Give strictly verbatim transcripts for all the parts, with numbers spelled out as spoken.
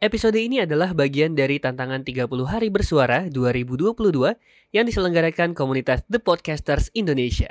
Episode ini adalah bagian dari tantangan tiga puluh Hari Bersuara dua ribu dua puluh dua yang diselenggarakan komunitas The Podcasters Indonesia.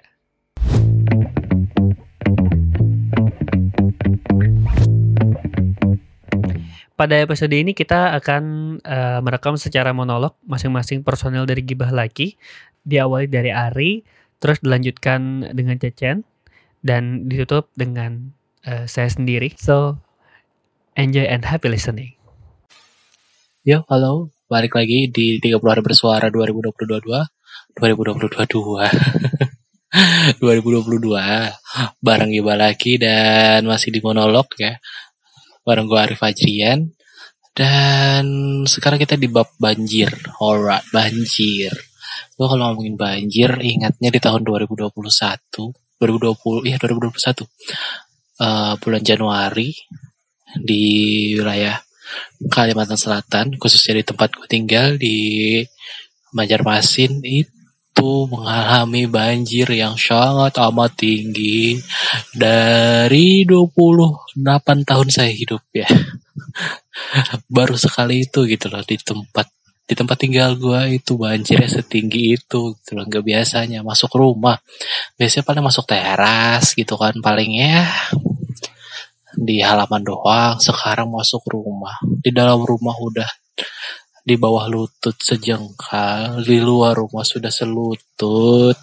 Pada episode ini kita akan uh, merekam secara monolog masing-masing personel dari Gibah Laki. Diawali dari Ari, terus dilanjutkan dengan Cecen, dan ditutup dengan uh, saya sendiri. So, enjoy and happy listening. Yo, halo. Balik lagi di tiga puluh Hari Bersuara dua ribu dua puluh dua. dua ribu dua puluh dua. dua ribu dua puluh dua. Bareng Gibah Laki dan masih di monolog ya. Bareng gue Arif Fajrian. Dan sekarang kita di bab banjir. Alright, banjir. Gue kalau ngomongin banjir, ingatnya di tahun dua ribu dua puluh satu. dua ribu dua puluh, iya dua ribu dua puluh satu. Uh, bulan Januari di wilayah Kalimantan Selatan, khususnya di tempat gue tinggal di Banjarmasin, itu mengalami banjir yang sangat amat tinggi dari dua puluh delapan tahun saya hidup ya. Baru sekali itu gitu loh di tempat di tempat tinggal gue itu banjirnya setinggi itu gitu loh. Nggak biasanya masuk rumah, biasanya paling masuk teras gitu kan, paling ya di halaman doang. Sekarang masuk rumah, di dalam rumah udah di bawah lutut sejengkal, di luar rumah sudah selutut.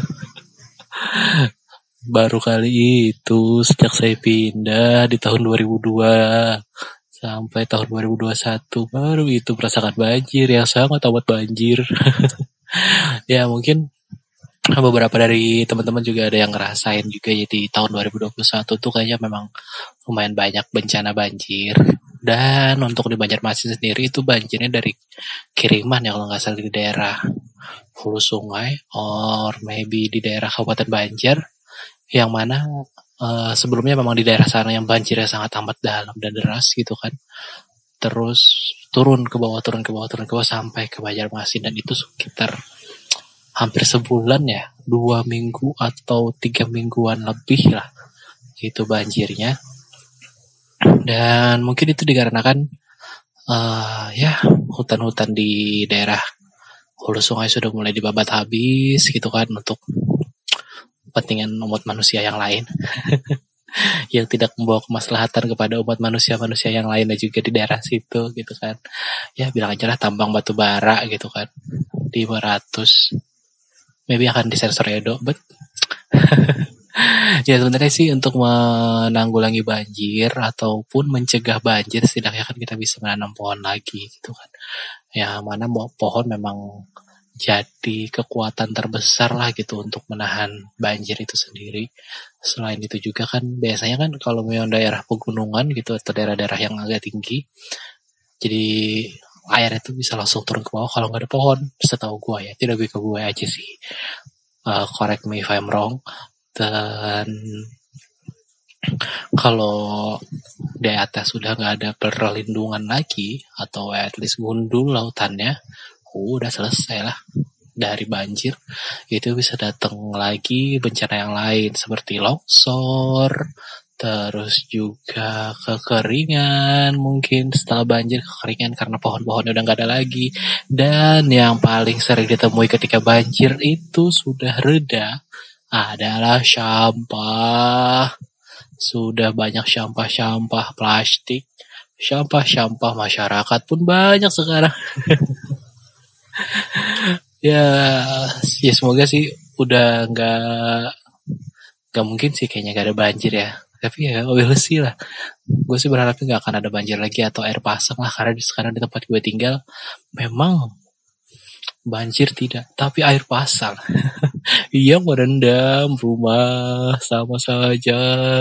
Baru kali itu sejak saya pindah di tahun dua ribu dua sampai tahun dua ribu dua puluh satu, baru itu merasakan banjir yang sangat amat banjir. Ya mungkin beberapa dari teman-teman juga ada yang ngerasain juga ya di tahun dua ribu dua puluh satu tuh kayaknya memang lumayan banyak bencana banjir. Dan untuk di Banjarmasin sendiri itu banjirnya dari kiriman ya kalau nggak salah di daerah hulu sungai or maybe di daerah Kabupaten Banjar, yang mana uh, sebelumnya memang di daerah sana yang banjirnya sangat amat dalam dan deras gitu kan. Terus turun ke bawah, turun ke bawah, turun ke bawah sampai ke Banjarmasin, dan itu sekitar hampir sebulan ya, dua minggu atau tiga mingguan lebih lah itu banjirnya. Dan mungkin itu dikarenakan uh, ya hutan-hutan di daerah hulu sungai sudah mulai dibabat habis gitu kan untuk kepentingan umat manusia yang lain. Yang tidak membawa kemaslahatan kepada umat manusia-manusia yang lainnya juga di daerah situ gitu kan. Ya bilang aja lah tambang batu bara gitu kan di lima ratus, maybe akan disensor ya dok, but ya sebenarnya sih untuk menanggulangi banjir ataupun mencegah banjir, setidaknya kan kita bisa menanam pohon lagi gitu kan. Ya mana pohon memang jadi kekuatan terbesar lah gitu untuk menahan banjir itu sendiri. Selain itu juga kan biasanya kan kalau memang daerah pegunungan gitu atau daerah-daerah yang agak tinggi, jadi air itu bisa langsung turun ke bawah kalau nggak ada pohon. Setahu gue ya, tidak gue ke gue aja sih. Uh, correct me if I'm wrong. Dan kalau di atas sudah nggak ada perlindungan lagi atau at least gundul lautannya, udah selesai lah dari banjir. Itu bisa datang lagi bencana yang lain seperti longsor, terus juga kekeringan, mungkin setelah banjir kekeringan karena pohon-pohonnya udah nggak ada lagi. Dan yang paling sering ditemui ketika banjir itu sudah reda adalah sampah. Sudah banyak sampah-sampah plastik, sampah-sampah masyarakat pun banyak sekarang. ya, ya semoga sih udah nggak nggak mungkin sih kayaknya nggak ada banjir ya. Tapi ya we'll see lah. Gue sih berharapnya nggak akan ada banjir lagi atau air pasang lah, karena di sekarang di tempat gue tinggal memang banjir tidak, tapi air pasang yang merendam rumah sama saja.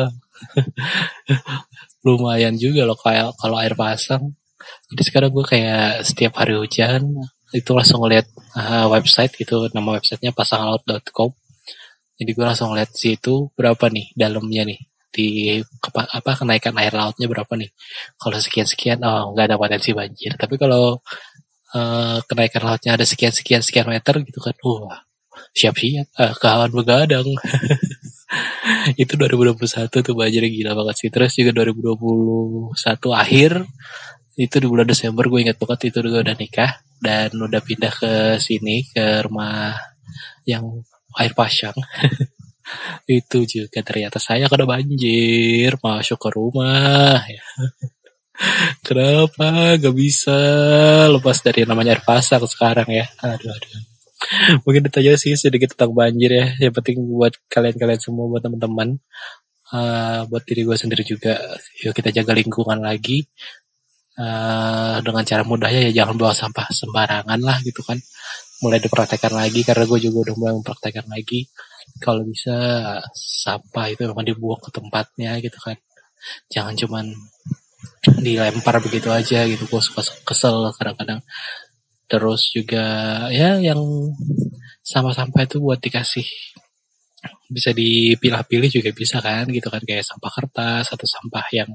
Lumayan juga loh kayak kalau air pasang. Jadi sekarang gue kayak setiap hari hujan itu langsung ngeliat uh, website gitu, nama websitenya pasanglaut dot com. Jadi gue langsung ngeliat situ berapa nih dalamnya nih, di kepa, apa kenaikan air lautnya berapa nih. Kalau sekian-sekian, oh nggak ada potensi banjir. Tapi kalau uh, kenaikan lautnya ada sekian-sekian sekian meter gitu kan, wah siap-siap, uh, kawan begadang. Itu dua ribu dua puluh satu tuh banjirnya gila banget sih. Terus juga dua ribu dua puluh satu akhir Itu di bulan Desember, gue ingat banget itu gue udah nikah dan udah pindah ke sini, ke rumah yang air pasang. Itu juga ternyata saya kena banjir masuk ke rumah ya. Kenapa gak bisa lepas dari namanya air pasang sekarang ya? Aduh aduh. Mungkin itu aja sih sedikit tentang banjir ya. Yang penting buat kalian-kalian semua, buat teman-teman, uh, buat diri gue sendiri juga, yuk kita jaga lingkungan lagi. Uh, dengan cara mudahnya ya jangan buang sampah sembarangan lah gitu kan. Mulai dipraktekkan lagi, karena gue juga udah mulai mempraktekkan lagi. Kalau bisa sampah itu memang dibuang ke tempatnya gitu kan. Jangan cuman dilempar begitu aja gitu. Gue suka kesel kadang-kadang. Terus juga ya yang sampah-sampah itu buat dikasih, bisa dipilah-pilih juga bisa kan gitu kan, kayak sampah kertas atau sampah yang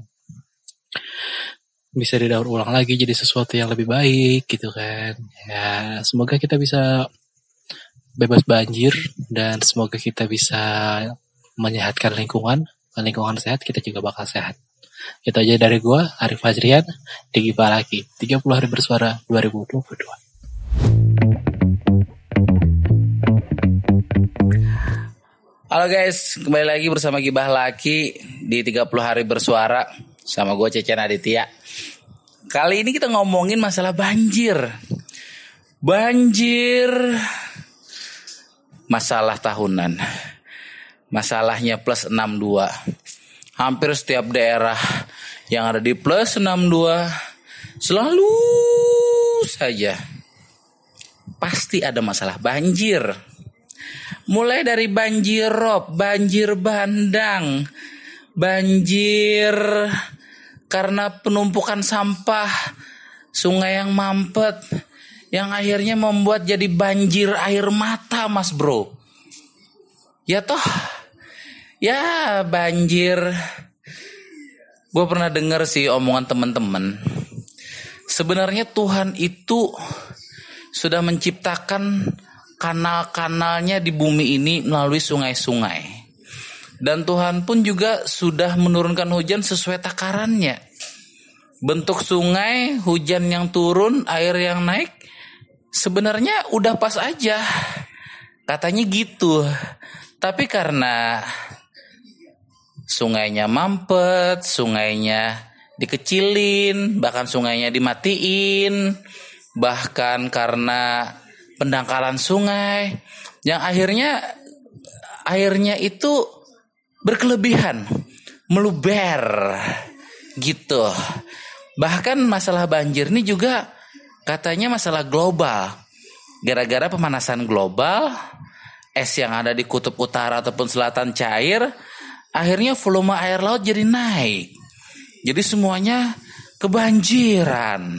bisa didaur ulang lagi jadi sesuatu yang lebih baik gitu kan. Ya semoga kita bisa bebas banjir dan semoga kita bisa menyehatkan lingkungan. Lingkungan sehat, kita juga bakal sehat. Itu aja dari gue, Arif Fajrian, di Gibah Laki, tiga puluh hari bersuara dua ribu dua puluh dua. Halo guys, kembali lagi bersama Gibah Laki di tiga puluh hari bersuara sama gue Cecen Aditya. Kali ini kita ngomongin masalah banjir. Banjir, masalah tahunan. Masalahnya plus enam puluh dua. Hampir setiap daerah yang ada di plus enam puluh dua selalu saja pasti ada masalah banjir. Mulai dari banjir rob, banjir bandang, banjir karena penumpukan sampah, sungai yang mampet, yang akhirnya membuat jadi banjir air mata, mas bro. Ya toh, ya banjir. Gue pernah dengar sih omongan teman-teman. Sebenarnya Tuhan itu sudah menciptakan kanal-kanalnya di bumi ini melalui sungai-sungai. Dan Tuhan pun juga sudah menurunkan hujan sesuai takarannya. Bentuk sungai, hujan yang turun, air yang naik, sebenarnya udah pas aja. Katanya gitu. Tapi karena sungainya mampet, sungainya dikecilin, bahkan sungainya dimatiin, bahkan karena pendangkalan sungai, yang akhirnya airnya itu berkelebihan, meluber gitu. Bahkan masalah banjir ini juga katanya masalah global. Gara-gara pemanasan global, es yang ada di kutub utara ataupun selatan cair, akhirnya volume air laut jadi naik. Jadi semuanya kebanjiran.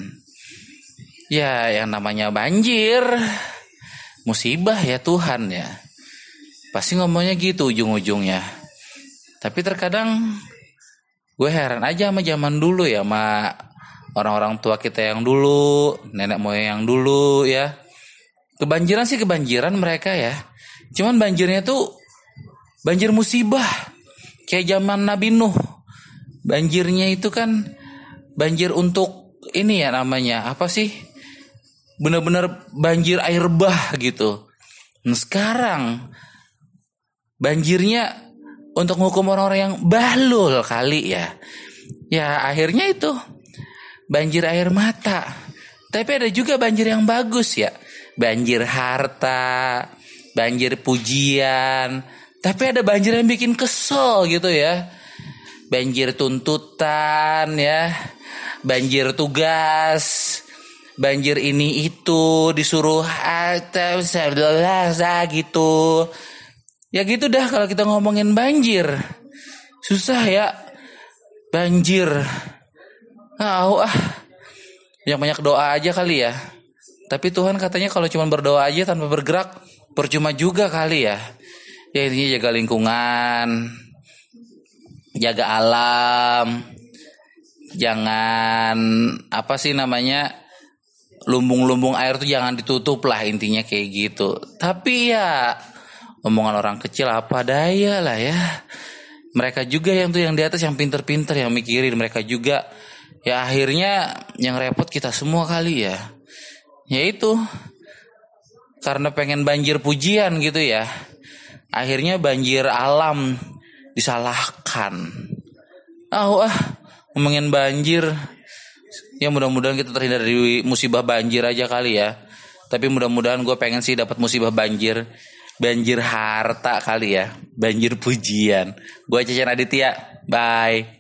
Ya yang namanya banjir, musibah ya Tuhan ya. Pasti ngomongnya gitu ujung-ujungnya. Tapi terkadang gue heran aja sama zaman dulu ya, sama orang-orang tua kita yang dulu, nenek moyang yang dulu ya. Kebanjiran sih kebanjiran mereka ya. Cuman banjirnya tuh banjir musibah. Kayak zaman Nabi Nuh. Banjirnya itu kan banjir untuk ini ya namanya, apa sih? Benar-benar banjir air bah gitu. Nah sekarang banjirnya untuk menghukum orang-orang yang bahlul kali ya. Ya akhirnya itu banjir air mata. Tapi ada juga banjir yang bagus ya. Banjir harta, banjir pujian. Tapi ada banjir yang bikin kesel gitu ya. Banjir tuntutan ya. Banjir tugas. Banjir ini itu disuruh atau gitu. Ya gitu dah kalau kita ngomongin banjir. Susah ya. Banjir. Ah, ah. Yang banyak doa aja kali ya. Tapi Tuhan katanya kalau cuma berdoa aja tanpa bergerak, percuma juga kali ya. Ya intinya jaga lingkungan, jaga alam. Jangan apa sih namanya, lumbung-lumbung air tuh jangan ditutup lah, intinya kayak gitu. Tapi ya omongan orang kecil apa daya lah ya. Mereka juga yang tuh yang di atas yang pinter-pinter yang mikirin, mereka juga Ya akhirnya yang repot kita semua kali ya. Yaitu karena pengen banjir pujian gitu ya. Akhirnya banjir alam disalahkan. Ah, wah, ngomongin banjir. Ya mudah-mudahan kita terhindar dari musibah banjir aja kali ya. Tapi mudah-mudahan gue pengen sih dapat musibah banjir. Banjir harta kali ya. Banjir pujian. Gue Cecen Aditya. Bye.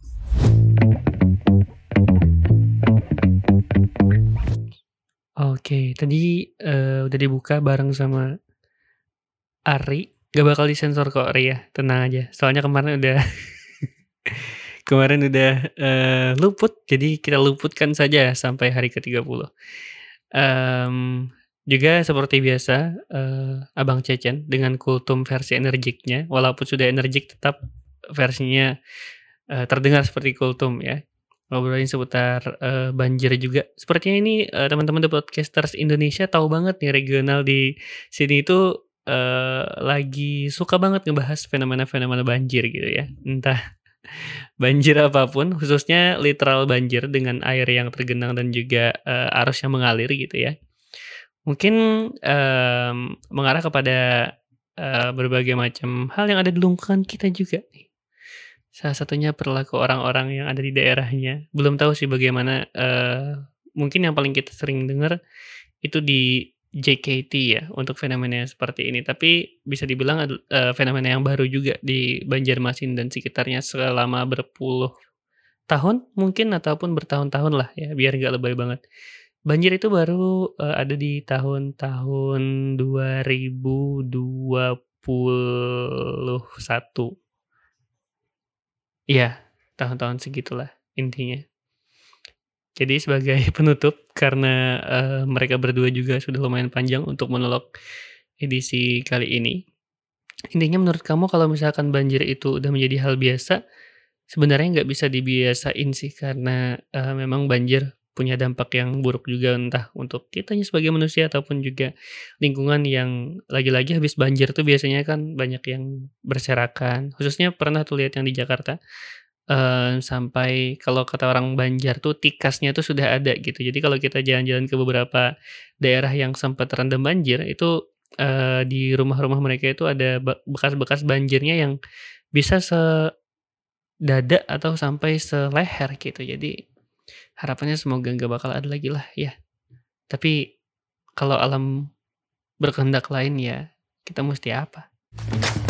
Oke, tadi uh, udah dibuka bareng sama Ari. Gak bakal disensor kok Ari ya, tenang aja. Soalnya kemarin udah kemarin udah uh, luput, jadi kita luputkan saja sampai hari ke tiga puluh. Um, juga seperti biasa, uh, Abang Cecen dengan kultum versi energiknya, walaupun sudah energik tetap versinya uh, terdengar seperti kultum ya. Ngobrolin seputar uh, banjir juga. Sepertinya ini uh, teman-teman The Podcasters Indonesia tahu banget nih regional di sini itu uh, lagi suka banget ngebahas fenomena-fenomena banjir gitu ya. Entah banjir apapun, khususnya literal banjir dengan air yang tergenang dan juga uh, arus yang mengalir gitu ya. Mungkin um, mengarah kepada uh, berbagai macam hal yang ada di lingkungan kita juga nih. Salah satunya perilaku orang-orang yang ada di daerahnya. Belum tahu sih bagaimana, uh, mungkin yang paling kita sering dengar itu di J K T ya, untuk fenomena seperti ini. Tapi bisa dibilang uh, fenomena yang baru juga di Banjarmasin dan sekitarnya selama berpuluh tahun mungkin ataupun bertahun-tahun lah ya, biar nggak lebay banget. Banjir itu baru uh, ada di tahun-tahun dua ribu dua puluh satu. Iya, tahun-tahun segitulah intinya. Jadi sebagai penutup karena uh, mereka berdua juga sudah lumayan panjang untuk monolog edisi kali ini. Intinya menurut kamu kalau misalkan banjir itu udah menjadi hal biasa, sebenarnya nggak bisa dibiasain sih karena uh, memang banjir punya dampak yang buruk juga entah untuk kitanya sebagai manusia ataupun juga lingkungan yang lagi-lagi habis banjir tuh biasanya kan banyak yang berserakan. Khususnya pernah tuh lihat yang di Jakarta uh, sampai kalau kata orang Banjar tuh tikasnya tuh sudah ada gitu. Jadi kalau kita jalan-jalan ke beberapa daerah yang sempat terendam banjir itu uh, di rumah-rumah mereka itu ada bekas-bekas banjirnya yang bisa sedada atau sampai seleher gitu. Jadi harapannya semoga nggak bakal ada lagi lah ya. Tapi kalau alam berkehendak lain ya kita mesti apa?